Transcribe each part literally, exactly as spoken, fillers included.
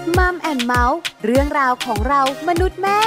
มัมแอนด์เมาส์เรื่องราวของเรามนุษย์แม่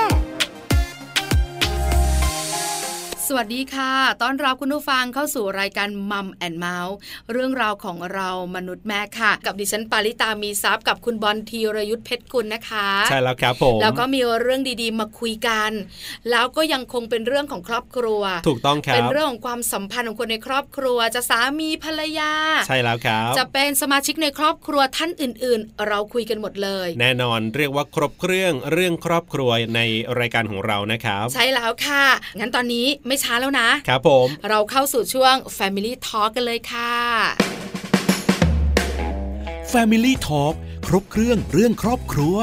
สวัสดีค่ะต้อนรับคุณผู้ฟังเข้าสู่รายการมัมแอนด์เมาส์เรื่องราวของเรามนุษย์แม่ค่ะกับดิฉันปาริตามีทรัพย์กับคุณบอลธีรยุทธเพชรกุลนะคะใช่แล้วครับผมแล้วก็มีเรื่องดีๆมาคุยกันแล้วก็ยังคงเป็นเรื่องของครอบครัวถูกต้องครับเป็นเรื่องของความสัมพันธ์ของคนในครอบครัวจะสามีภรรยาใช่แล้วครับจะเป็นสมาชิกในครอบครัวท่านอื่นๆเราคุยกันหมดเลยแน่นอนเรียกว่าครบเครื่องเรื่องครอบครัวในรายการของเรานะครับใช่แล้วค่ะงั้นตอนนี้ไม่ช้าแล้วนะครับผมเราเข้าสู่ช่วง Family Talk กันเลยค่ะ Family Talk ครบเครื่องเรื่องครอบครัว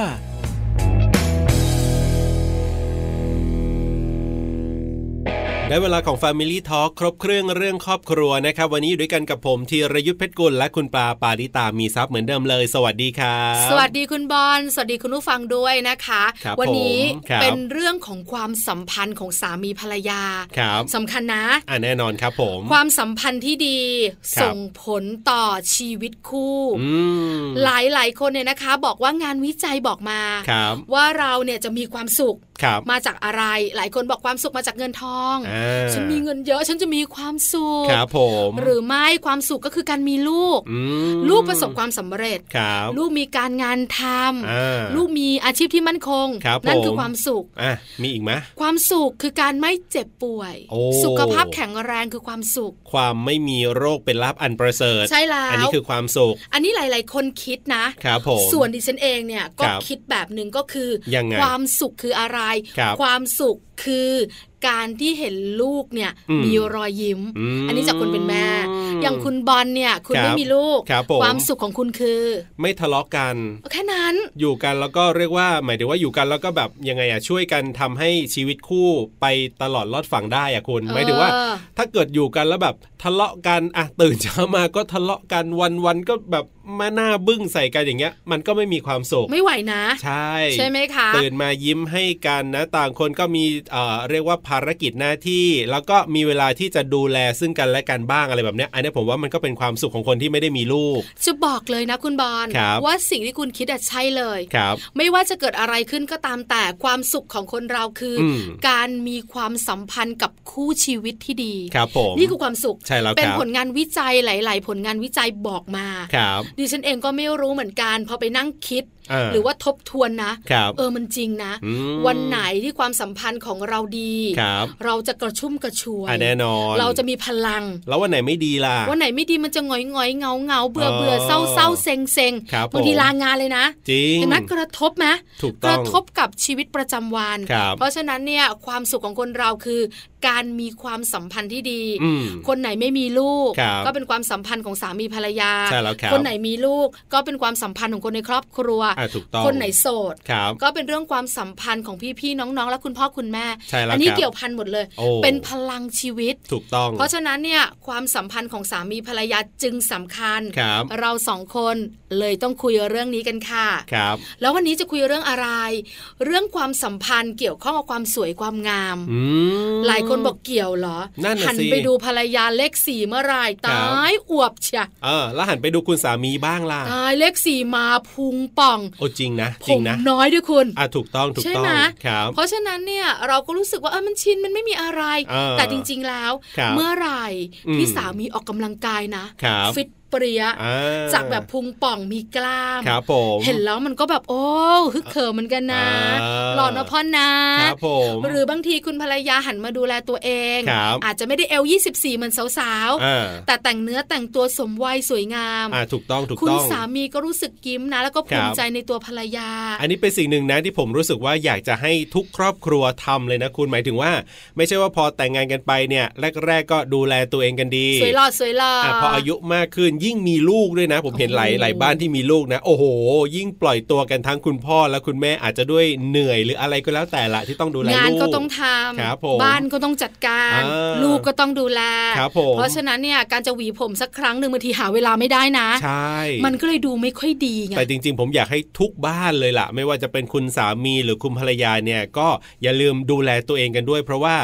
ได้เวลาของ Family Talk ครบเครื่องเรื่องครอบครัวนะครับวันนี้อยู่ด้วยกันกับผมธีรยุทธเพชรกุลและคุณปาปาริตามีทรัพย์เหมือนเดิมเลยสวัสดีครับสวัสดีคุณบอลสวัสดีคุณผู้ฟังด้วยนะคะวันนี้เป็นเรื่องของความสัมพันธ์ของสามีภรรยาสำคัญนะอ่ะแน่นอนครับผมความสัมพันธ์ที่ดีส่งผลต่อชีวิตคู่หลายหลายคนเนี่ยนะคะบอกว่างานวิจัยบอกมาว่าเราเนี่ยจะมีความสุขมาจากอะไรหลายคนบอกความสุขมาจากเงินทองฉันมีเงินเยอะฉันจะมีความสุขครับผมหรือไม่ความสุขก็คือการมีลูกลูกประสบความสำเร็จลูกมีการงานทำลูกมีอาชีพที่มั่นคงนั่นคือความสุขมีอีกไหมความสุขคือการไม่เจ็บป่วยสุขภาพแข็งแรงคือความสุขความไม่มีโรคเป็นลาภอันประเสริฐใช่แล้วอันนี้คือความสุขอันนี้หลายๆคนคิดนะครับผมส่วนดิฉันเองเนี่ยก็คิดแบบนึงก็คือความสุขคืออะไรความสุขคือการที่เห็นลูกเนี่ยมีรอยยิ้ม อ, อันนี้จากคนเป็นแม่อย่างคุณบอลเนี่ยคุณไม่มีลูกความสุขของคุณคือไม่ทะเลาะกันแค่นั้นอยู่กันแล้วก็เรียกว่าหมายถึงว่าอยู่กันแล้วก็แบบยังไงอะช่วยกันทำให้ชีวิตคู่ไปตลอดรอดฝั่งได้อะคุณหมายถึงว่าถ้าเกิดอยู่กันแล้วแบบทะเลาะกันอะตื่นเช้ามาก็ทะเลาะกันวันๆก็แบบมาหน้าบึ้งใส่กันอย่างเงี้ยมันก็ไม่มีความสุขไม่ไหวนะใช่ใช่ไหมคะตื่นมายิ้มให้กันนะต่างคนก็มีเอ่อเรียกว่าภารกิจหน้าที่แล้วก็มีเวลาที่จะดูแลซึ่งกันและกันบ้างอะไรแบบเนี้ยอันนี้ผมว่ามันก็เป็นความสุขของคนที่ไม่ได้มีลูกจะบอกเลยนะคุณบอลว่าสิ่งที่คุณคิดอะใช่เลยครับไม่ว่าจะเกิดอะไรขึ้นก็ตามแต่ความสุขของคนเราคือการมีความสัมพันธ์กับคู่ชีวิตที่ดีครับผมนี่คือความสุขใช่แล้วเป็นผลงานวิจัยหลายๆผลงานวิจัยบอกมาครับดิฉันเองก็ไม่รู้เหมือนกันพอไปนั่งคิดหรือว่าทบทวนนะเออมันจริงนะวันไหนที่ความสัมพันธ์ของเราดีเราจะกระชุ่มกระชวยแน่นอนเราจะมีพลังแล้ววันไหนไม่ดีล่ะวันไหนไม่ดีมันจะหงอยหงอยเงาเงาเบื่อเบื่อเศร้าเศร้าเซ็งเซ็งบางทีลางานเลยนะจริงเห็นไหมกระทบไหมกระทบกับชีวิตประจำวันเพราะฉะนั้นเนี่ยความสุขของคนเราคือการมีความสัมพันธ์ที่ดีคนไหนไม่มีลูกก็เป็นความสัมพันธ์ของสามีภรรยาคนไหนมีลูกก็เป็นความสัมพันธ์ของคนในครอบครัวคนไหนโสดก็เป็นเรื่องความสัมพันธ์ของพี่ๆน้องๆและคุณพ่อคุณแม่อันนี้เกี่ยวพันหมดเลยเป็นพลังชีวิตถูกต้องเพราะฉะนั้นเนี่ยความสัมพันธ์ของสามีภรรยาจึงสำคัญเราสองคนเลยต้องคุยเรื่องนี้กันค่ะแล้ววันนี้จะคุยเรื่องอะไรเรื่องความสัมพันธ์เกี่ยวข้องกับความสวยความงามหลายคนบอกเกี่ยวเหรอหันไปดูภรรยาเลขสี่เมื่อไรตายอวบเชียเออแล้วหันไปดูคุณสามีบ้างล่ะตายเลขสี่มาพุงป่องโอ้จริงนะจริงนะน้อยด้วยคุณอ่ะถูกต้องถูกต้องครับเพราะฉะนั้นเนี่ยเราก็รู้สึกว่าเออมันชินมันไม่มีอะไรแต่จริงๆแล้วเมื่อไหร่ที่สามีออกกำลังกายนะฟิตเปรี้ยจากแบบพุงป่องมีกล้ามเห็นแล้วมันก็แบบโอ้ฮึกเขิมเหมือนกันนะหล่อนะพ่อนะหรือบางทีคุณภรรยาหันมาดูแลตัวเองอาจจะไม่ได้เอลยี่สิบสี่เหมือนสาวๆแต่แต่งเนื้อแต่งตัวสมวัยสวยงามถูกต้องถูกต้องคุณสามีก็รู้สึกยิ้มนะแล้วก็ภูมิใจในตัวภรรยาอันนี้เป็นสิ่งหนึ่งนะที่ผมรู้สึกว่าอยากจะให้ทุกครอบครัวทำเลยนะคุณหมายถึงว่าไม่ใช่ว่าพอแต่งงานกันไปเนี่ยแรกๆก็ดูแลตัวเองกันดีสวยหล่อสวยหล่อพออายุมากขึ้นยิ่งมีลูกด้วยนะผมเห็นหลายหลายบ้านที่มีลูกนะโอ้โหยิ่งปล่อยตัวกันทั้งคุณพ่อและคุณแม่อาจจะด้วยเหนื่อยหรืออะไรก็แล้วแต่ละที่ต้องดูแลลูกงานก็ต้องทำบ้านก็ต้องจัดการลูกก็ต้องดูแลเพราะฉะนั้นเนี่ยการจะหวีผมสักครั้งหนึ่งบางทีหาเวลาไม่ได้นะใช่มันก็เลยดูไม่ค่อยดีไงแต่จริงๆผมอยากให้ทุกบ้านเลยล่ะไม่ว่าจะเป็นคุณสามีหรือคุณภรรยาเนี่ยก็อย่าลืมดูแลตัวเองกันด้วยเพราะว่า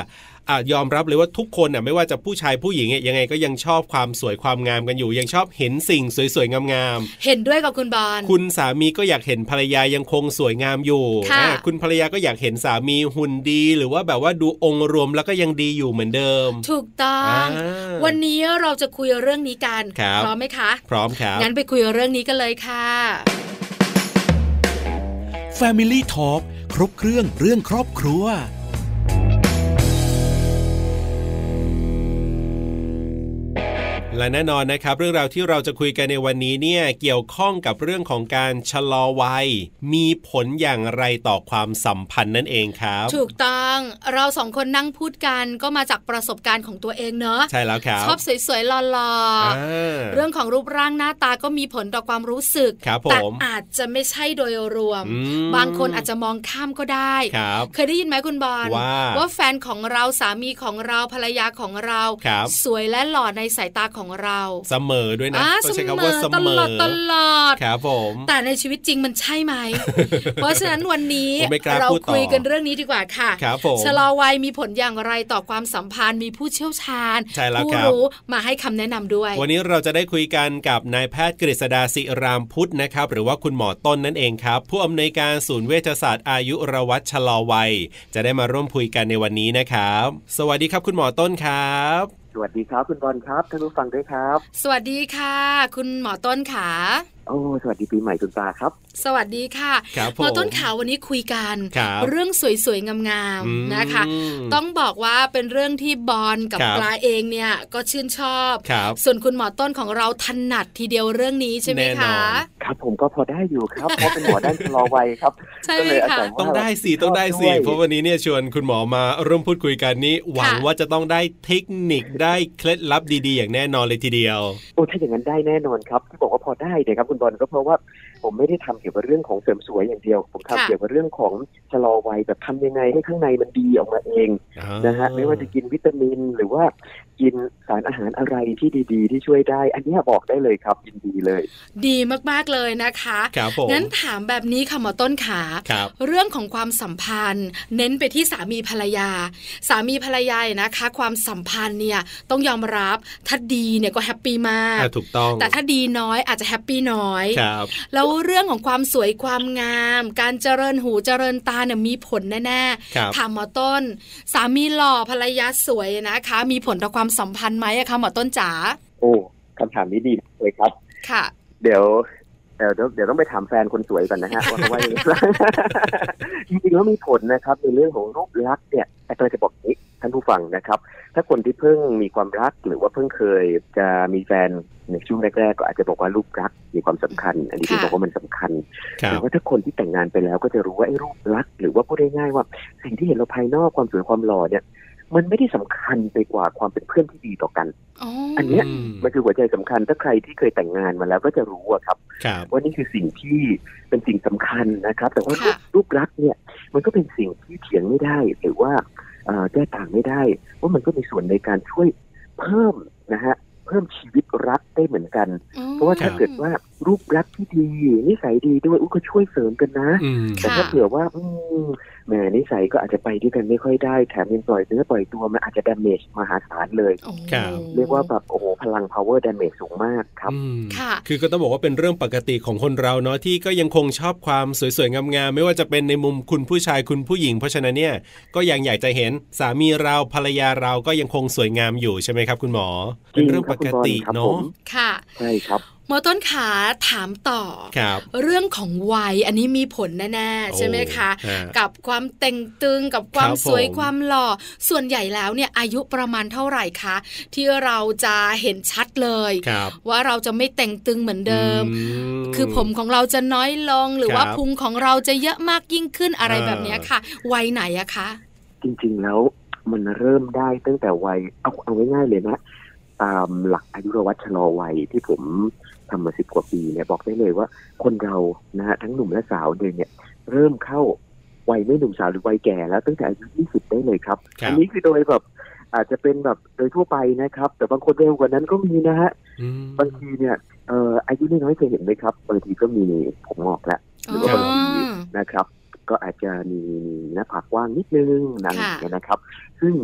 อ่ะยอมรับเลยว่าทุกคนอ่ะไม่ว่าจะผู้ชายผู้หญิงยังไงก็ยังชอบความสวยความงามกันอยู่ยังชอบเห็นสิ่งสวยๆงามๆเห็นด้วยกับคุณบอลคุณสามีก็อยากเห็นภรรยายังคงสวยงามอยู่คุณภรรยาก็อยากเห็นสามีหุ่นดีหรือว่าแบบว่าดูองค์รวมแล้วก็ยังดีอยู่เหมือนเดิมถูกต้องวันนี้เราจะคุยเรื่องนี้กันพร้อมไหมคะพร้อมครับงั้นไปคุยเรื่องนี้กันเลยค่ะ Family Talk ครบเครื่องเรื่องครอบครัวและแน่นอนนะครับเรื่องราวที่เราจะคุยกันในวันนี้เนี่ยเกี่ยวข้องกับเรื่องของการชะลอวัยมีผลอย่างไรต่อความสัมพันธ์นั่นเองครับถูกต้องเราสองคนนั่งพูดกันก็มาจากประสบการณ์ของตัวเองเนอะใช่แล้วครับชอบสวยๆหล่อๆเรื่องของรูปร่างหน้าตาก็มีผลต่อความรู้สึกแต่อาจจะไม่ใช่โดยรวมบางคนอาจจะมองข้ามก็ได้เคยได้ยินไหมคุณบอลว่าว่าแฟนของเราสามีของเราภรรยาของเราสวยและหล่อในสายตาของเราเสมอด้วยนะต้องใช้คำว่าเสมอตลอดตลอดครับผมแต่ในชีวิตจริงมันใช่ไหม เพราะฉะนั้นวันนี้เราคุยกันเรื่องนี้ดีกว่าค่ะชะลอวัยมีผลอย่างไรต่อความสัมพันธ์มีผู้เชี่ยวชาญผู้รู้มาให้คำแนะนำด้วยวันนี้เราจะได้คุยกันกับนายแพทย์กฤษดาศิรามพุทธนะครับหรือว่าคุณหมอต้นนั่นเองครับผู้อำนวยการศูนย์เวชศาสตร์อายุรวัตชะลอวัยจะได้มาร่วมคุยกันในวันนี้นะครับสวัสดีครับคุณหมอต้นครับสวัสดีครับคุณบอลครับท่านผู้ฟังด้วยครับสวัสดีค่ะคุณหมอต้นขาโอ้สวัสดีปีใหม่คุณปลาครับสวัสดีค่ะหมอต้นขาวันนี้คุยกันเรื่องสวยๆงามๆนะคะต้องบอกว่าเป็นเรื่องที่บอลกับปลาเองเนี่ยก็ชื่นชอบส่วนคุณหมอต้นของเราถนัดทีเดียวเรื่องนี้ใช่ไหมคะครับผมก็พอได้อยู่ครับเพราะเป็นหมอด้านชะลอวัยครับก็เลยอาศัยว่าต้องได้สิต้องได้สิเพราะวันนี้เนี่ยชวนคุณหมอมาร่วมพูดคุยกันนี้หวังว่าจะต้องได้เทคนิคได้เคล็ดลับดีๆอย่างแน่นอนเลยทีเดียวโอ้ถ้าอย่างนั้นได้แน่นอนครับที่บอกว่าพอได้เนี่ยครับคุณบอลก็เพราะว่าผมไม่ได้ทำเกี่ยวกับเรื่องของเสริมสวยอย่างเดียวผมทำเกี่ยวกับเรื่องของชะลอวัยแบบทำยังไงให้ข้างในมันดีออกมาเองนะฮะไม่ว่าจะกินวิตามินหรือว่ากินสารอาหารอะไรที่ดีๆที่ช่วยได้อันนี้บอกได้เลยครับยินดีเลยดีมากๆเลยนะคะงั้นถามแบบนี้ค่ะหมอต้นขาเรื่องของความสัมพันธ์เน้นไปที่สามีภรรยาสามีภรรยานะคะความสัมพันธ์เนี่ยต้องยอมรับถ้าดีเนี่ยก็แฮปปี้มากถูกต้องแต่ถ้าดีน้อยอาจจะแฮปปี้น้อยแล้วเรื่องของความสวยความงามการเจริญหูเจริญตาเนี่ยมีผลแน่ๆถามหมอต้นสามีหล่อภรรยาสวยนะคะมีผลต่อความสัมพันธ์ไหมอะคะหมอต้นจ๋าโอ้คำถามนี้ดีเลยครับค่ะเดี๋ยวเดี๋ยวเดี๋ยวต้องไปถามแฟนคนสวยก่อนนะฮะว่าเขาว่าอย่างไรจริงๆแล้วมีผลนะครับในเรื่องของรูปลักษณ์เนี่ยอาจารย์จะบอกนี้ท่านผู้ฟังนะครับถ้าคนที่เพิ่งมีความรักหรือว่าเพิ่งเคยจะมีแฟนในช่วงแรกๆก็อาจจะบอกว่ารูปลักษณ์มีความสำคัญอันนี้ที่บอกว่ามันสำคัญแต่ว่าถ้าคนที่แต่งงานไปแล้วก็จะรู้ว่าไอ้รูปลักษณ์หรือว่าพูดง่ายๆว่าสิ่งที่เห็นเราภายนอกความสวยความหล่อเนี่ยมันไม่ได้สำคัญไปกว่าความเป็นเพื่อนที่ดีต่อกันอ, อันนี้มันคือหัวใจสำคัญถ้าใครที่เคยแต่งงานมาแล้วก็จะรู้อะครับว่านี่คือสิ่งที่เป็นสิ่งสำคัญนะครับแต่ว่ารูปลักษณ์เนี่ยมันก็เป็นสิ่งที่เถียงไม่ได้หรือว่าแก้ต่างไม่ได้ว่ามันก็มีส่วนในการช่วยเพิ่มนะฮะเพิ่มชีวิตรักได้เหมือนกันเพราะว่าถ้าเกิดว่ารูปลักษณ์ที่ดีนิสัยดีด้วยอุ๊ยก็ช่วยเสริมกันนะแต่ถ้าเผื่อว่าแหมนิสัยก็อาจจะไปด้วยกันไม่ค่อยได้แถมยังปล่อยเนื้อปล่อยตัวมันอาจจะดาเมจมหาศาลเลยเรียกว่าแบบโอ้โหพลัง power damage สูงมากครับคือก็ต้องบอกว่าเป็นเรื่องปกติของคนเราเนาะที่ก็ยังคงชอบความสวยๆงามๆไม่ว่าจะเป็นในมุมคุณผู้ชายคุณผู้หญิงเพราะฉะนั้นเนี่ยก็ยังอยากจะเห็นสามีเราภรรยาเราก็ยังคงสวยงามอยู่ใช่ไหมครับคุณหมอเป็นเรื่องปกติเนาะค่ะใช่ครับหมอต้นขาถามต่อเรื่องของวัยอันนี้มีผลแน่ๆใช่ไหมคะกับความเต่งตึงกับความสวยความหล่อส่วนใหญ่แล้วเนี่ยอายุประมาณเท่าไหร่คะที่เราจะเห็นชัดเลยว่าเราจะไม่เต่งตึงเหมือนเดิมคือผมของเราจะน้อยลงหรือว่าพุงของเราจะเยอะมากยิ่งขึ้นอะไรแบบนี้ค่ะวัยไหนอะคะจริงๆแล้วมันเริ่มได้ตั้งแต่วัยเอาเอาง่ายๆเลยนะตามหลักอายุรวัตชะลอวัยที่ผมทำมาสิบกว่าปีเนี่ยบอกได้เลยว่าคนเรานะฮะทั้งหนุ่มและสาวเนี่ยเริ่มเข้าวัยไม่หนุ่มสาวหรือวัยแก่แล้วตั้งแต่อายุยี่สิบได้เลยครับอันนี้คือโดยแบบอาจจะเป็นแบบโดยทั่วไปนะครับแต่บางคนเร็วกว่านั้นก็มีนะฮะบางทีเนี่ยเอ่ออายุน้อยๆเคยเห็นไหมครับบางทีก็มีผมงอกแล้วหรือว่าบางทีนะครับก็อาจจะมีหน้าผากกว้างนิดนึงนั่นอย่างนี้นะครับซึ่งจ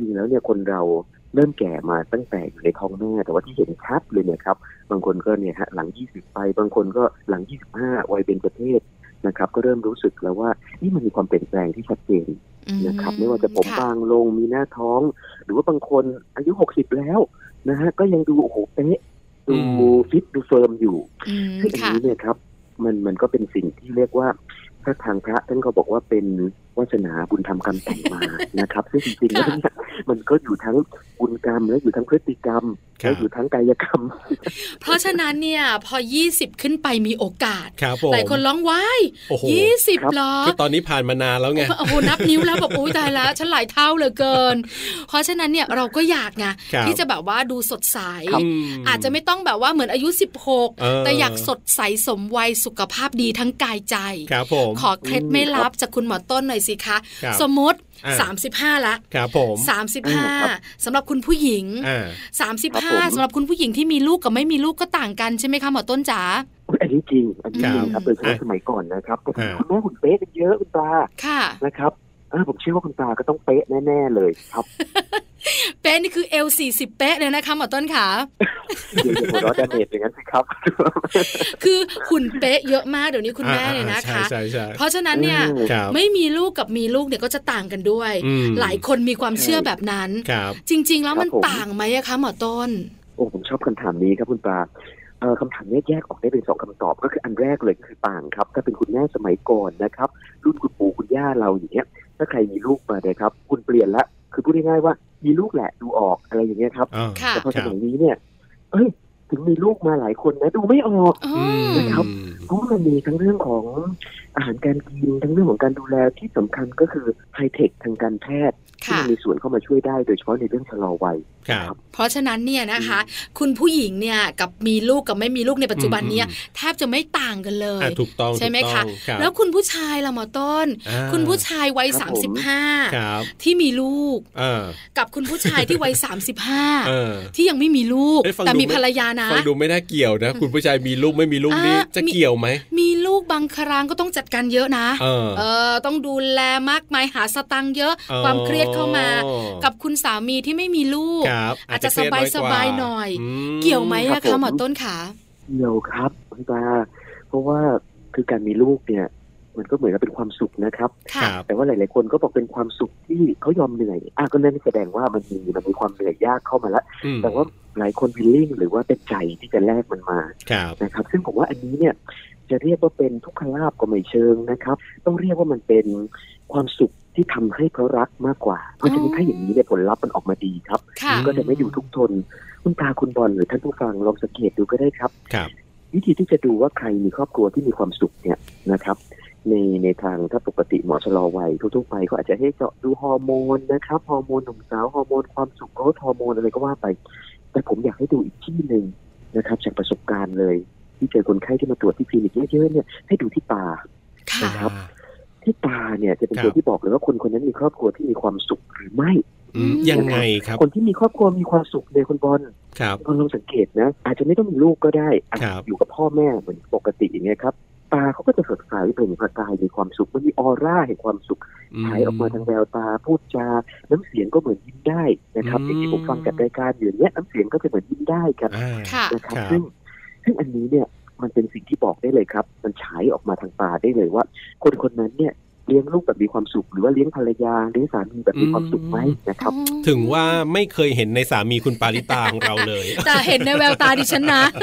ริงๆแล้วเนี่ยคนเราเริ่มแก่มาตั้งแต่อยู่ในท้องแม่แต่ว่าที่เห็นชัดเลยเนี่ยครับบางคนก็เนี่ยฮะหลังยี่สิบไปบางคนก็หลังยี่สิบห้าวัยเบญจเพศนะครับก็เริ่มรู้สึกแล้วว่านี่มันมีความเปลี่ยนแปลงที่ชัดเจนนะครับไม่ว่าจะผมบางลงมีหน้าท้องหรือว่าบางคนอายุหกสิบแล้วนะฮะก็ยังดูโอ้โหเป๊ะดูฟิตดูเฟิร์มอยู่ซึ่งอันนี้เนี่ยครับมันมันก็เป็นสิ่งที่เรียกว่าถ้าทางพระท่านก็บอกว่าเป็นวาสนาบุญธรรมกรรมแต่งมานะครับซึ่งจริงๆแล้วเนี่ยมันก็อยู่ทั้งบุญกรรมและอยู่ทั้งพฤติกรรมและอยู่ทั้งกายกรรมเพราะฉะนั้นเนี่ยพอยี่สิบขึ้นไปมีโอกาสหลายคนร้องว้ายโอ้โหยี่สิบหรอคือตอนนี้ผ่านมานานแล้วไงโอ้โหนับนิ้วแล้วแบบอุ๊ยตายแล้วฉันหลายเท่าเหลือเกินเพราะฉะนั้นเนี่ยเราก็อยากไงที่จะแบบว่าดูสดใสอาจจะไม่ต้องแบบว่าเหมือนอายุสิบหกแต่อยากสดใสสมวัยสุขภาพดีทั้งกายใจขอเคล็ดไม่ลับจากคุณหมอต้นหน่อยสิคะสมมติสามสิบห้าละครับผมสามสิบห้าสำหรับคุณผู้หญิงสามสิบห้าสำหรับคุณผู้หญิงที่มีลูกกับไม่มีลูกก็ต่างกันใช่ไหมคะหมอต้นจ๋าอันนี้จริงอันนี้จริงครับโดยเฉพาะสมัยก่อนนะครับคุณแม่คุณเป๊ะกันเยอะคุณปลานะครับผมเชื่อว่าคุณปลาก็ต้องเป๊ะแน่ๆเลยครับเป๊ะนี่คือเอลสี่สิบเป๊ะเลยนะคะหมอต้นขาเดี๋ยวหัวเราะดาเมจอย่างนั้นสิครับคือหุ่นเป๊ะเยอะมากเดี๋ยวนี้คุณแม่เนี่ยนะคะเพราะฉะนั้นเนี่ยไม่มีลูกกับมีลูกเนี่ยก็จะต่างกันด้วยหลายคนมีความเชื่อแบบนั้นจริงๆแล้วมันต่างไหมคะหมอต้นโอ้ผมชอบคำถามนี้ครับคุณปลาคำถามนี้แยกออกได้เป็นสองคำตอบก็คืออันแรกเลยคือต่างครับถ้าเป็นคุณแม่สมัยก่อนนะครับรุ่นคุณปู่คุณย่าเราอย่างเงี้ยถ้าใครมีลูกมาเนี่ยครับคุณเปลี่ยนละคือพูดง่ายๆว่ามีลูกแหละดูออกอะไรอย่างเงี้ยครับแต่พอสมัยนี้เนี่ยเอ้ยถึงมีลูกมาหลายคนนะดูไม่ออกนะครับเพราะมันมีทั้งเรื่องของอาหารการกินทั้งเรื่องของการดูแลที่สำคัญก็คือไฮเทคทางการแพทย์ที่มีส่วนเข้ามาช่วยได้โดยเฉพาะในเรื่องชะลอวัยครับเพราะฉะนั้นเนี่ยนะคะคุณผู้หญิงเนี่ยกับมีลูกกับไม่มีลูกในปัจจุบันเนี่ยแทบจะไม่ต่างกันเลยถูกต้องใช่ไหมคะแล้วคุณผู้ชายล่ะหมอต้นคุณผู้ชายวัยสามสิบห้าที่มีลูกกับคุณผู้ชายที่วัยสามสิบห้าที่ยังไม่มีลูกแต่มีภรรยานะฟังดูไม่น่าเกี่ยวนะคุณผู้ชายมีลูกไม่มีลูกนี่จะเกี่ยวไหมมีลูกบางครั้งก็ต้องจัดการเยอะนะเออต้องดูแลมากมายหาสตังค์เยอะความเครียดเข้ามากับคุณสามีที่ไม่มีลูกอาจจะสบายสบายหน่อยเกี่ยวไหมอะคะหมอต้นขาเกี่ยวครับคุณตาเพราะว่าคือการมีลูกเนี่ยมันก็เหมือนกับเป็นความสุขนะครับแต่ว่าหลายๆคนก็บอกเป็นความสุขที่เขายอมเหนื่อยอ่ะก็นั่นแสดงว่ามันมีมันมีความเหนื่อยยากเข้ามาแล้วแต่ว่าหลายคนวิลลิ่งหรือว่าเป็นใจที่จะแลกมันมานะครับซึ่งผมว่าอันนี้เนี่ยจะเรียกว่าเป็นทุกขลาภก็ไม่เชิงนะครับต้องเรียกว่ามันเป็นความสุขที่ทำให้เขารักมากกว่าเพราะฉะนั้นถ้าอย่างนี้เนี่ยผลลัพธ์มันออกมาดีครับก็จะไม่อยู่ทุกทนคุณตาคุณบอลหรือท่านผู้ฟังลองสังเกตดูก็ได้ครับวิธีที่จะดูว่าใครมีครอบครัวที่มีความสุขเนี่ยนะครับในในทางถ้าปกติหมอชะลอวัยทั่วๆไปเขาอาจจะให้เจาะดูฮอร์โมนนะครับฮอร์โมนหนุ่มสาวฮอร์โมนความสุขโกรทฮอร์โมนอะไรก็ว่าไปแต่ผมอยากให้ดูอีกที่นึงนะครับจากประสบการณ์เลยที่เจอคนไข้ที่มาตรวจที่คลินิกเยอะๆเนี่ยให้ดูที่ตานะครับที่ตาเนี่ยจะเป็นตัวที่บอกเลยว่าคนคนนั้นมีครอบครัวที่มีความสุขหรือไม่ยังไงครับคนที่มีครอบครัวมีความสุขเลยคุณบอลลองลองสังเกตนะอาจจะไม่ต้องมีลูกก็ได้อยู่กับพ่อแม่เหมือนปกติอย่างเงี้ยครับตาเขาก็จะสดใสเปล่งประกายมีความสุขมันมีออร่าแห่งความสุขฉายออกมาทางแววตาพูดจาน้ำเสียงก็เหมือนยิ้มได้นะครับอย่างที่ผมฟังจากรายการอยู่เนี้ยน้ำเสียงก็จะเหมือนยิ้มได้กันนะครับซึ่งซึ่งอันนี้เนี่ยมันเป็นสิ่งที่บอกได้เลยครับมันฉายออกมาทางตาได้เลยว่าคนคนนั้นเนี่ยเลี้ยงลูกแบบมีความสุขหรือว่าเลี้ยงภรรยาเลี้ยงสามีแบบมีความสุขไหมนะครับถึงว่าไม่เคยเห็นในสามีคุณปาริตาของเราเลยแต่เห็นในแววตาดิฉันนะ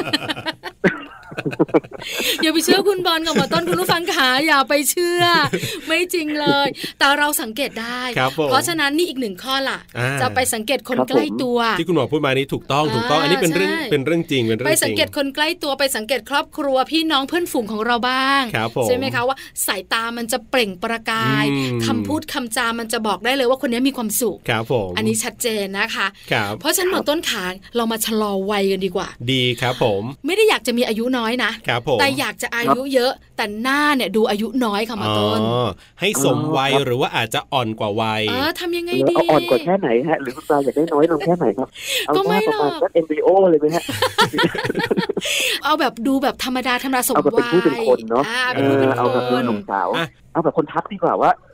อย่าไปเชื่อคุณบอลกับหมอต้นคุณผู้ฟังขาอย่าไปเชื่อไม่จริงเลยแต่เราสังเกตได้เพราะฉะนั้นนี่อีกหนึ่งข้อล่ะจะไปสังเกตคนใกล้ตัวที่คุณหมอพูดมานี้ถูกต้องถูกต้องอันนี้เป็นเรื่องเป็นเรื่องจริงเป็นเรื่องจริงไปสังเกตคนใกล้ตัวไปสังเกตครอบครัวพี่น้องเพื่อนฝูงของเราบ้างใช่ไหมคะว่าสายตามันจะเปล่งประกายคำพูดคำจามันจะบอกได้เลยว่าคนนี้มีความสุขอันนี้ชัดเจนนะคะเพราะฉะนั้นหมอต้นขาเรามาชะลอวัยกันดีกว่าดีครับผมไม่ได้อยากจะมีอายุน้อยนะแต่อยากจะอายุเยอะแต่หน้าเนี่ยดูอายุน้อยค่ะหมอต้นให้สมวัยหรือว่าอาจจะอ่อนกว่าวัยเออทำยังไงดีเอาอ่อนกว่าแค่ไหนฮะหรือคุณตาอยากได้น้อยลงแค่ไหนครับเอาแค่ประมาณสักเอ็มบริโอเลยไหมฮะเอาแบบดูแบบธรรมดาธรรมดาสมวัยเอาแบบเป็นผู้เป็นคนเนาะเอาแบบเป็นหนุ่มสาวเอาแบบคนทักดีกว่าว่า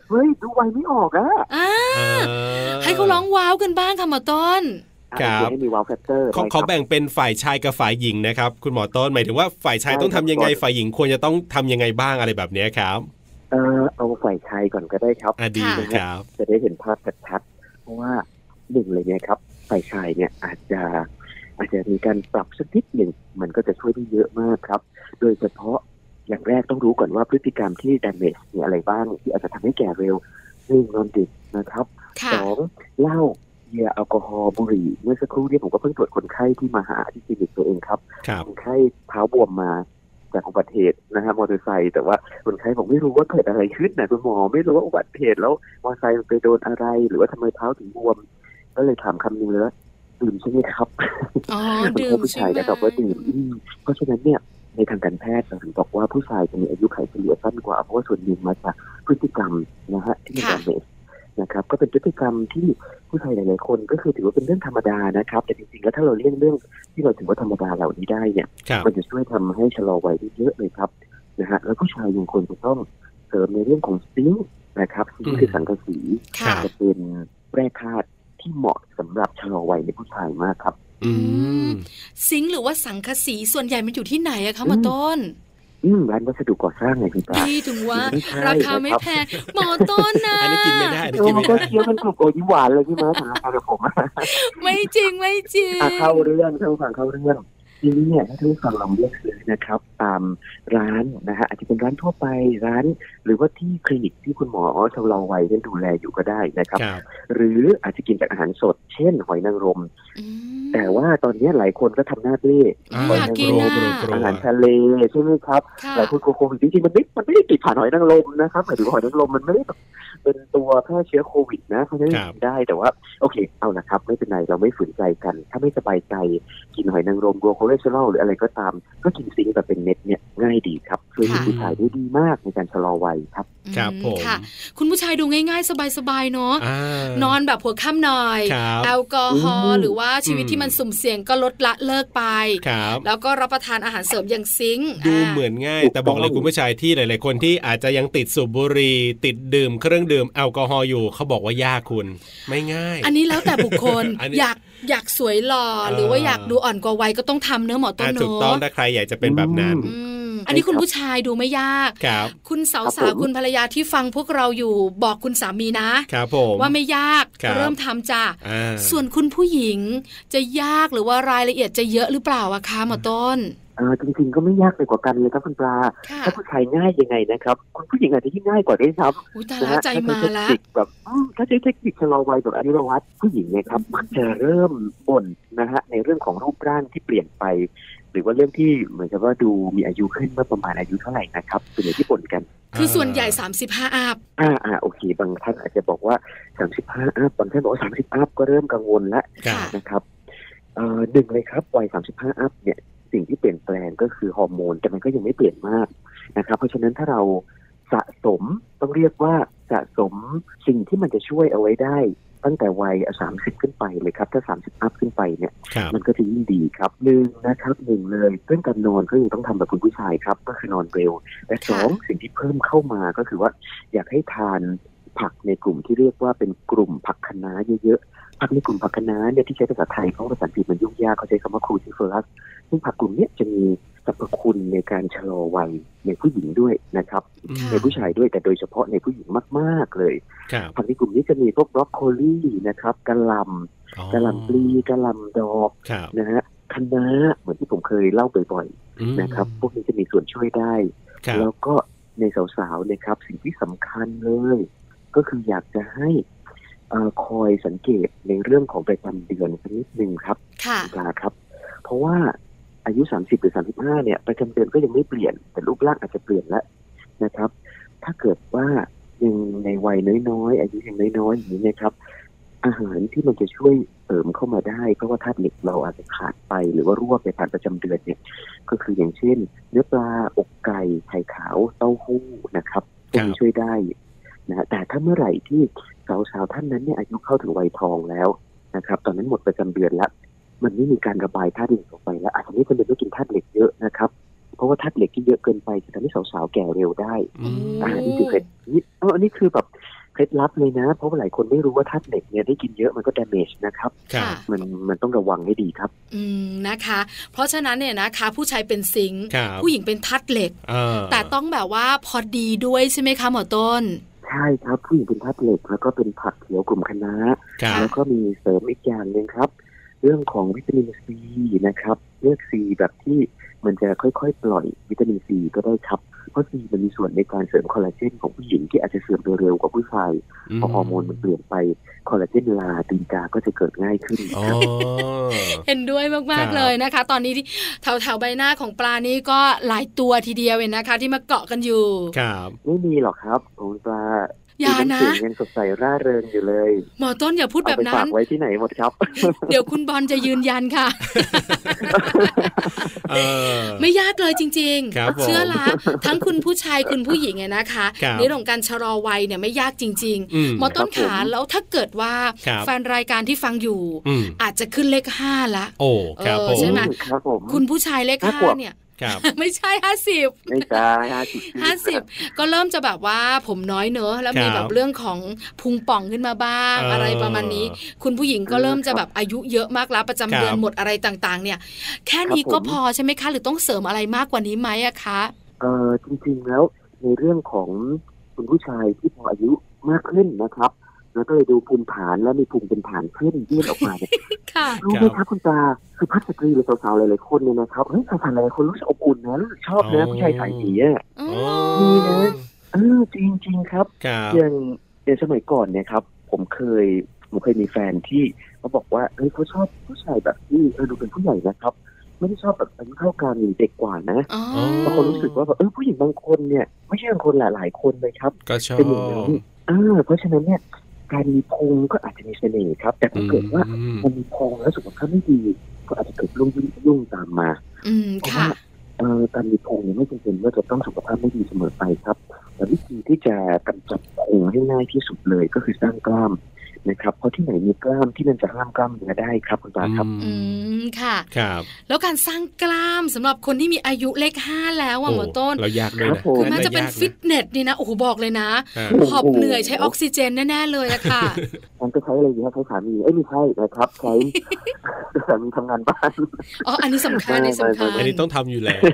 เฮ้ยดูไวไม่ออกอะให้เขาร้องว้าวกันบ้างค่ะหมอต้นครับให้มีว้าวแฟกเตอร์เขาเขาแบ่งเป็นฝ่ายชายกับฝ่ายหญิงนะครับคุณหมอต้นหมายถึงว่าฝ่ายชายต้องทำยังไงฝ่ายหญิงควรจะต้องทำยังไงบ้างอะไรแบบนี้ครับเออเอาฝ่ายชายก่อนก็ได้ครับดีครับจะได้เห็นภาพชัดๆเพราะว่าหนึ่งเลยเนี่ยครับฝ่ายชายเนี่ยอาจจะอาจจะมีการปรับสักนิดหนึ่งมันก็จะช่วยได้เยอะมากครับโดยเฉพาะอย่างแรกต้องรู้ก่อนว่าพฤติกรรมที่ damage มีอะไรบ้างที่อาจจะทำให้แก่เร็วหนึ่งนอนดึกนะครับสองเหล้าเบียร์แอลกอฮอล์บุหรี่เมื่อสักครู่นี้ผมก็เพิ่งตรวจคนไข้ที่มาหาที่คลินิกตัวเองครับคนไข้เท้าบวมมาจากอุบัติเหตุนะฮะมอเตอร์ไซค์แต่ว่าคนไข้ผมไม่รู้ว่าเกิดอะไรขึ้นนะคุณหมอไม่รู้ว่าอุบัติเหตุแล้วมอเตอร์ไซค์ไปโดนอะไรหรือว่าทำไมเท้าถึงบวมก็เลยถามคำนึงแล้วดื่มใช่ไหมครับอ๋อดื่มผู้ชายนะครับว่าดื่มเพราะฉะนั้นเนี่ยในทางการแพทย์เราถึงบอกว่าผู้ชายจะมีอายุขัยเฉลี่ยสั้นกว่าเพราะว่าส่วนหนึ่งมาจากพฤติกรรมนะฮะที่มีการเมสนะครับก็เป็นพฤติกรรมที่ผู้ชายหลายๆคนก็คือถือว่าเป็นเรื่องธรรมดานะครับแต่จริงๆแล้วถ้าเราเลี่ยงเรื่องที่เราถือว่าธรรมดาเหล่านี้ได้เนี่ยมันจะช่วยทำให้ชะลอวัยได้เยอะเลยครับนะฮะแล้วผู้ชายยังควรจะต้องเสริมในเรื่องของซิงค์นะครับซิงค์คือสังกะสีจะเป็นแร่ธาตุที่เหมาะสำหรับชะลอวัยในผู้ชายมากครับซิงค์หรือว่าสังกะสีส่วนใหญ่มันอยู่ที่ไหนอะคะหมอต้นอืมร้านวัสดุก่อสร้างไงพี่ปลาดีถึงว่าราคาไม่แพงหมอต้นนะอันนี้กินไม่ได้อันนี้กินไม่ได้ก็เคี้ยวเป็นกลุ่มโอยิ้มหวานเลยพี่ม้าสำหรับราคาผมไม่จริงไม่จริงเข้าเรื่องเข้าฟังเข้าเรื่องทีนี้เนี่ยถ้าท่านฟังลองเลือกซื้อนะครับตามร้านนะฮะอาจจะเป็นร้านทั่วไปร้านหรือว่าที่คลินิกที่คุณหมอชะลอวัยท่านดูแลอยู่ก็ได้นะครับหรืออาจจะกินจากอาหารสดเช่นหอยนางรมแต่ว่าตอนนี้หลายคนก็ทำหน้าเบ้หอยนางรมอาหารทะเลใช่ไหมครับหลายคนโควิดจริงๆมันไม่มันไม่ได้ติดผ่านหอยนางรมนะครับหมายถึงหอยนางรมมันไม่ได้เป็นตัวแพร่เชื้อโควิดนะเพราะฉะนั้นได้แต่ว่าโอเคเอานะครับไม่เป็นไรเราไม่ฝืนใจกันถ้าไม่สบายใจกินหอยนางรมกลัวคอเลสเตอรอลหรืออะไรก็ตามก็กินซิงค์แบบเป็นเม็ดเนี่ยง่ายดีครับช่วยผู้ชายได้ดีมากในการชะลอวัยครับครับผมค่ะคุณผู้ชายดูง่ายๆสบายๆเนาะนอนแบบหัวค่ำหน่อยแอลกอฮอล์หรือว่าชีวิตที่มันสุ่มเสี่ยงก็ลดละเลิกไปแล้วก็รับประทานอาหารเสริมอย่างซิงค์ดูเหมือนง่ายแต่บอกเลยคุณผู้ชายที่หลายๆคนที่อาจจะยังติดสูบบุหรี่ติดดื่มเครื่องดื่มแอลกอฮอล์อยู่เขาบอกว่ายากคุณไม่ง่ายอันนี้แล้วแต่บุคคล อยากอยากสวยหล่อหรือว่าอยากดูอ่อนกว่าวัยก็ต้องทำเนื้อหมอต้นเนอะถูกต้องถ้าใครอยากจะเป็นแบบนั้นอันนี้คุณผู้ชายดูไม่ยากคุณสาวๆคุณภรรยาที่ฟังพวกเราอยู่บอกคุณสามีนะครับว่าไม่ยากเริ่มทำจ้ะส่วนคุณผู้หญิงจะยากหรือว่ารายละเอียดจะเยอะหรือเปล่าอะคะหมอต้นเออจริงๆก็ไม่ยากไปกว่ากันเลยครับคุณปลาถ้าผู้ชายง่ายยังไงนะครับคุณผู้หญิงอาจจะยิ่งง่ายกว่าด้วยซ้ำนะฮะใจมาแล้วแบบถ้าใช้เทคนิคชะลอวัยแบบอนิรวัตผู้หญิงเนี่ยครับมันจะเริ่มบ่นนะฮะในเรื่องของรูปร่างที่เปลี่ยนไปหรือว่าเรื่องที่เหมือนกับว่าดูมีอายุขึ้นเมื่อประมาณอายุเท่าไหร่นะครับส่วนใหญ่ที่บ่นกันคือส่วนใหญ่สามสิบห้าอัพอ่าอ่าโอเคบางท่านอาจจะบอกว่าสามสิบห้าอัพบางท่านบอกว่าสามสิบอัพก็เริ่มกังวลแล้วนะครับเอ่อหนึ่งเลยครับวัยสามสิบห้าอัพเนี่ยสิ่งที่เปลี่ยนแปลงก็คือฮอร์โมนแต่มันก็ยังไม่เปลี่ยนมากนะครับเพราะฉะนั้นถ้าเราสะสมต้องเรียกว่าสะสมสิ่งที่มันจะช่วยเอาไว้ได้ตั้งแต่วัยสามสิบขึ้นไปเลยครับถ้าสามสิบอัพขึ้นไปเนี่ยมันก็จะยิ่งดีครับหนึ่งนะครับหนึ่งเลยเรื่องการนอนก็ยังต้องทำแบบคุณผู้ชายครับก็คือนอนเร็วแต่สองสิ่งที่เพิ่มเข้ามาก็คือว่าอยากให้ทานผักในกลุ่มที่เรียกว่าเป็นกลุ่มผักคะน้าเยอะๆผักในกลุ่มผักคะน้าเนี่ยที่ใช้ภาษาไทยเพราะภาษาอังกฤษมันยุ่งยากเขาใช้คำว่าครูซิเฟอรัสซึ่งผักกลุ่มนี้จะมีสรรพคุณในการชะลอวัยในผู้หญิงด้วยนะครับในผู้ชายด้วยแต่โดยเฉพาะในผู้หญิงมากๆเลยผักในกลุ่มนี้จะมีพวกบรอกโคลีนะครับกะหล่ำกะหล่ำปลีกะหล่ำดอกนะฮะคะน้าเหมือนที่ผมเคยเล่าบ่อยๆนะครับพวกนี้จะมีส่วนช่วยได้แล้วก็ในสาวๆนะครับสิ่งที่สำคัญเลยก็คืออยากจะให้คอยสังเกตในเรื่องของประจำเดือนสักนิดนึงครับค่ะครับเพราะว่าอายุสามสิบหรือสามสิบห้าเนี่ยประจำเดือนก็ยังไม่เปลี่ยนแต่รูปร่างอาจจะเปลี่ยนแล้วนะครับถ้าเกิดว่ายังในวัยน้อยๆอายุยังน้อยๆอย่างนี้นะครับอาหารที่มันจะช่วยเสริมเข้ามาได้เพราะว่าธาตุเหล็กเราอาจจะขาดไปหรือว่ารั่วไปผ่านประจำเดือนเนี่ยก็คืออย่างเช่นเนื้อปลาอกไก่ไข่ขาวเต้าหู้นะครับพวกนี้ช่วยได้นะแต่ถ้าเมื่อไหร่ที่สาวๆท่านนั้นเนี่ยอายุเข้าถึงวัยทองแล้วนะครับตอนนั้นหมดประจำเดือนแล้วมันไม่มีการระบายธาตุเหล็กออกไปแล้วอาจจะไม่จำเป็นต้องกินธาตุเหล็กเยอะนะครับเพราะว่าธาตุเหล็กที่เยอะเกินไปจะทำให้สาวๆแก่เร็วได้อ่านี่คือเคล็ดนี่เอออันนี้คือแบบเคล็ดลับเลยนะเพราะว่าหลายคนไม่รู้ว่าธาตุเหล็กเนี่ยได้กินเยอะมันก็ damage นะครับมันมันต้องระวังให้ดีครับอืมนะคะเพราะฉะนั้นเนี่ยนะคะผู้ชายเป็นซิงค์ผู้หญิงเป็นธาตุเหล็กแต่ต้องแบบว่าพอดีด้วยใช่ไหมคะหมอต้นใช่ครับผู้หญิงเป็นธาตุเหล็กแล้วก็เป็นผักเขียวกลุ่มคะน้าแล้วก็มีเสริมอีกอย่างนึงครับเรื่องของวิตามินซีนะครับเลือกซีแบบที่มันจะค่อยๆปล่อยวิตามินซีก็ได้ครับเพราะซีมันมีส่วนในการเสริมคอลลาเจนของผู้หญิงที่อาจจะเสื่อมเร็วกว่าผู้ชายพอฮอร์โมนมันเปลี่ยนไปคอลลาเจนลาตีนกาก็จะเกิดง่ายขึ้นเห็นด้วยมากๆเลยนะคะตอนนี้ที่แถวๆใบหน้าของปลานี้ก็หลายตัวทีเดียวเลยนะคะที่มาเกาะกันอยู่ครับไม่มีหรอกครับของปลาอย่านะยังสดใสร่าเริงอยู่เลยหมอต้นอย่าพูดแบบนั้นเอาไปฝากไว้ที่ไหนหมดครับเดี๋ยวคุณบอลจะยืนยันค่ะไม่ยากเลยจริงๆเชื่อละทั้งคุณผู้ชายคุณผู้หญิงไงนะคะในเรื่องของการชะลอวัยเนี่ยไม่ยากจริงๆหมอต้นขาแล้วถ้าเกิดว่าแฟนรายการที่ฟังอยู่อาจจะขึ้นเลขห้าละโอ้ใช่ไหมคุณผู้ชายเลขห้าเนี่ยไม่ใช่ห้าสิบไม่ใช่ห้าสิบห้าสิบก็เริ่มจะแบบว่าผมน้อยเนอะแล้วมีแบบเรื่องของพุงป่องขึ้นมาบ้างอะไรประมาณนี้คุณผู้หญิงก็เริ่มจะแบบอายุเยอะมากแล้วประจำเดือนหมดอะไรต่างๆเนี่ยแค่นี้ก็พอใช่ไหมคะหรือต้องเสริมอะไรมากกว่านี้ไหมอะคะเออจริงๆแล้วในเรื่องของคุณผู้ชายที่พออายุมากขึ้นนะครับแล้วก็เลยดูภูมิฐานแล้วมีภูมิเป็นฐานขึ้นยื่นออกมาเนี่ยรู้ไหมครับคุณตาคือพัสตรีหรือสาวๆหลายๆคนเนี่ยนะครับเฮ้ยสาวๆหลายๆคนรู้สึกอบอุ่นนะรู้สึกชอบนะผู้ชายสายสีอ่ะนี่นะเออจริงๆครับอย่างอย่างสมัยก่อนเนี่ยครับผมเคยผมเคยมีแฟนที่เขาบอกว่าเฮ้ยเขาชอบผู้ชายแบบที่เออดูเป็นผู้ใหญ่นะครับไม่ได้ชอบแบบอายุเท่ากันหรือเด็กกว่านะเพราะเขารู้สึกว่าแบบเออผู้หญิงบางคนเนี่ยไม่ใช่บางคนหลายๆคนเลยครับเป็นอย่างนั้นเออเพราะฉะนั้นเนี่ยการมีพุงก็อาจจะมีเสน่ห์ครับแต่ถ้าเกิดว่ามันมีพุงแล้วสุขภาพไม่ดีก็อาจจะเกิดรุ่งยุ่งตามมาเพราะว่าการมีพุงเนี่ยไม่จำเป็นว่าจะต้องสุขภาพไม่ดีเสมอไปครับแต่วิธีที่จะกำจัดพุงให้ง่ายที่สุดเลยก็คือสร้างกล้ามนะครับเพราะที่ไหนมีกล้ามที่นั่นจะห้ามกล้ามเนื้อได้ครับคุณตาครับอืมค่ะครับแล้วการสร้างกล้ามสำหรับคนที่มีอายุเลขห้าแล้วอ่ะหมอต้นเรายากด้วยนะคือมันจะเป็นฟิตเนสนี่นะโอ้โหบอกเลยนะหอบเหนื่อยใช้ออกซิเจนแน่ๆเลยอะค่ะมันก็ใช้อะไรอยู่ใช้สามีเอ้ยไม่ใช่นะครับใช้สามีทำงานบ้านอ๋ออันนี้สำคัญอันนี้สำคัญอันนี้ต้องทำอยู่แล้ว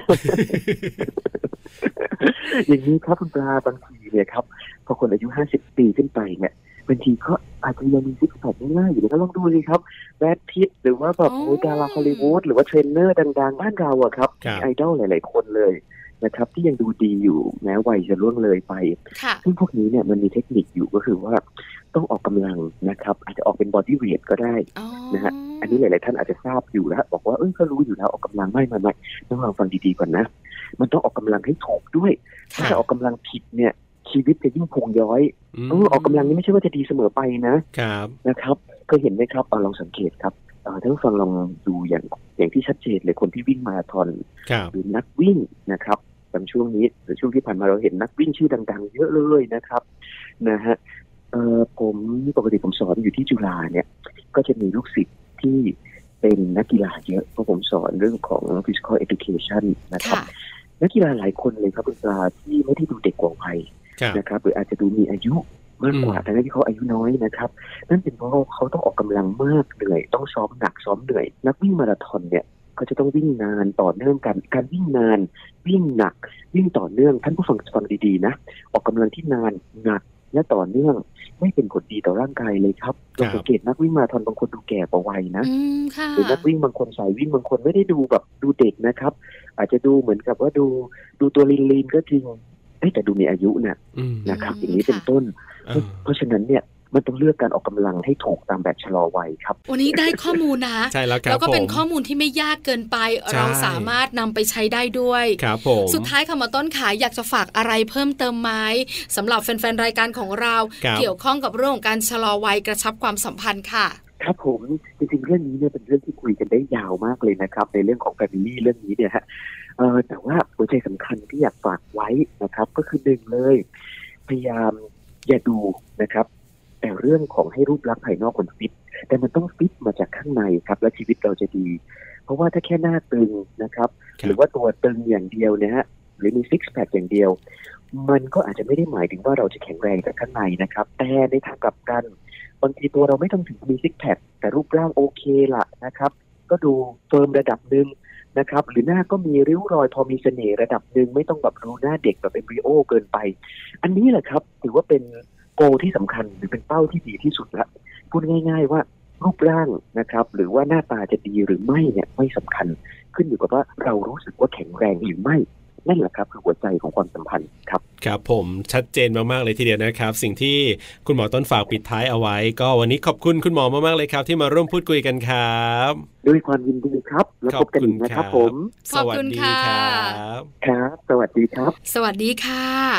อย่างนี้ครับคุณปลาบางทีเนี่ยครับพอคนอายุห้าสิบปีขึ้นไปเนี่ยบางทีเขาอาจจะยังมีซิกแพคง่ายๆอยู่แล้วก็ลองดูสิครับแบทพิทหรือว่าแบบดาราฮอลลีวูดหรือว่าเทรนเนอร์ดังๆบ้านเราอะครับไอดอลหลายๆคนเลยนะครับที่ยังดูดีอยู่แม้วัยจะล่วงเลยไปซึ่งพวกนี้เนี่ยมันมีเทคนิคอยู่ก็คือว่าต้องออกกำลังนะครับอาจจะออกเป็นบอดี้เวทก็ได้นะฮะอันนี้หลายๆท่านอาจจะทราบอยู่แล้วบอกว่าเอ้ยก็รู้อยู่แล้วออกกำลังไม่ไม่ไม่ต้องลองฟังดีๆก่อนนะมันต้องออกกำลังให้ถูกด้วยถ้าจะออกกำลังผิดเนี่ยชีวิตจะยิ่งพุงย้อยเออออกกำลังนี่ไม่ใช่ว่าจะดีเสมอไปนะครับนะครับเคยเห็นไหมครับลองสังเกตครับท่านผู้ฟังลองดูอย่างอย่างที่ชัดเจนเลยคนที่วิ่งมาราธอนหรือนักวิ่งนะครับตอนช่วงนี้หรือช่วงที่ผ่านมาเราเห็นนักวิ่งชื่อดังๆเยอะเลยนะครับนะฮะเอ่อผมปกติผมสอนอยู่ที่จุฬาเนี่ยก็จะมีลูกศิษย์ที่เป็นนักกีฬาเยอะเพราะผมสอนเรื่องของ physical education นะครับนักกีฬาหลายคนเลยครับคุณปลาที่ไม่ได้ดูเด็กกว่าวัยนะครับหรืออาจจะดูมีอายุมากกว่าแต่ที่เขาอายุน้อยนะครับนั่นเป็นเพราะเขาต้องออกกำลังมากเหนื่อยต้องซ้อมหนักซ้อมเหนื่อยนักวิ่งมาราธอนเนี่ยเขาจะต้องวิ่งนานต่อเนื่องกันการวิ่งนานวิ่งหนักวิ่งต่อเนื่องท่านผู้ฟังฟังดีๆนะออกกำลังที่นานหนักและต่อเนื่องไม่เป็นผลดีต่อร่างกายเลยครับเราสังเกตนักวิ่งมาราธอนบางคนดูแก่กว่าวัยนะหรือนักวิ่งบางคนสายวิ่งบางคนไม่ได้ดูแบบดูเด็กนะครับอาจจะดูเหมือนกับว่าดูดูตัวลีนๆก็จริงแต่ดูมีอายุนะนะครับอย่างนี้เป็นต้นเพราะฉะนั้นเนี่ยมันต้องเลือกการออกกำลังให้ถูกตามแบบชะลอวัยครับวันนี้ได้ข้อมูลนะใช่แล้วครับแล้วก็เป็นข้อมูลที่ไม่ยากเกินไปเราสามารถนำไปใช้ได้ด้วยครับผมสุดท้ายค่ะหมอต้นขาอยากจะฝากอะไรเพิ่มเติมไหมสำหรับแฟนๆรายการของเราเกี่ยวข้องกับเรื่องของการชะลอวัยกระชับความสัมพันธ์ค่ะครับผมจริงๆเรื่องนี้เนี่ยเป็นเรื่องที่คุยกันได้ยาวมากเลยนะครับในเรื่องของ family เรื่องนี้เนี่ยฮะเออแต่ว่าหัวใจสำคัญที่อยากฝากไว้นะครับก็คือหนึ่งเลยพยายามอย่าดูนะครับแต่เรื่องของให้รูปลักษณ์ภายนอกคนฟิตแต่มันต้องฟิตมาจากข้างในครับและชีวิตเราจะดีพราะว่าถ้าแค่หน้าตึงนะครับหรือว่าตัวตึงอย่างเดียวนะฮะหรือมีซิกแพคอย่างเดียวมันก็อาจจะไม่ได้หมายถึงว่าเราจะแข็งแรงจากข้างในนะครับแต่ในทางกลับกันบางทีตัวเราไม่ต้องถึงมีซิกแพคแต่รูปร่างโอเคละนะครับก็ดูเฟิร์มระดับหนึ่งนะครับหรือหน้าก็มีริ้วรอยพอมีเสน่ห์ระดับหนึ่งไม่ต้องแบบดูหน้าเด็กแบบเอมบริโอเกินไปอันนี้แหละครับถือว่าเป็นโกที่สำคัญหรือเป็นเป้าที่ดีที่สุดละพูดง่ายๆว่ารูปร่างนะครับหรือว่าหน้าตาจะดีหรือไม่เนี่ยไม่สำคัญขึ้นอยู่กับว่าเรารู้สึกว่าแข็งแรงหรือไม่นั่นแหละครับคือหัวใจของความสัมพันธ์ครับครับผมชัดเจนมากๆเลยทีเดียวนะครับสิ่งที่คุณหมอต้นฝากปิดท้ายเอาไว้ก็วันนี้ขอบคุณคุณหมอมากๆเลยครับที่มาร่วมพูดคุยกันครับด้วยความยินดีครับแล้วพบกันอีกนะครับผมขอบคุณค่ะครับสวัสดีครับสวัสดีค่ะ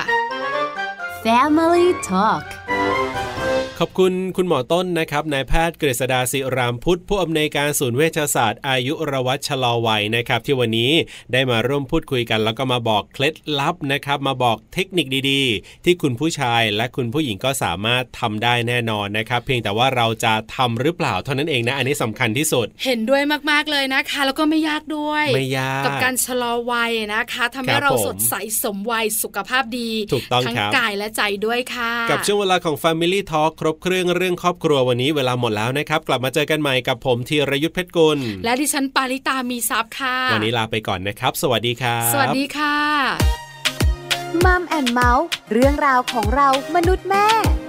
Family Talk ขอบคุณคุณหมอต้นนะครับนายแพทย์กฤษดาศิรามพุทธผู้อำนวยการศูนย์เวชศาสตร์อายุรวัตชะลอวัยนะครับที่วันนี้ได้มาร่วมพูดคุยกันแล้วก็มาบอกเคล็ดลับนะครับมาบอกเทคนิคดีๆที่คุณผู้ชายและคุณผู้หญิงก็สามารถทำได้แน่นอนนะครับเพียงแต่ว่าเราจะทำหรือเปล่าเท่านั้นเองนะอันนี้สำคัญที่สุดเห็นด้วยมากๆเลยนะคะแล้วก็ไม่ยากด้วยไม่ยากกับการชะลอวัยนะคะทำให้เราสดใสสมวัยสุขภาพดีถูกต้องทั้งกายและใจด้วยค่ะกับช่วงเวลาของ Family Talk ครบเครื่องเรื่องครอบครัววันนี้เวลาหมดแล้วนะครับกลับมาเจอกันใหม่กับผมธีรยุทธเพชรกุลและดิฉันปาริตามีทรัพย์ค่ะวันนี้ลาไปก่อนนะครับสวัสดีครับสวัสดีค่ะมัมแอนด์เมาส์เรื่องราวของเรามนุษย์แม่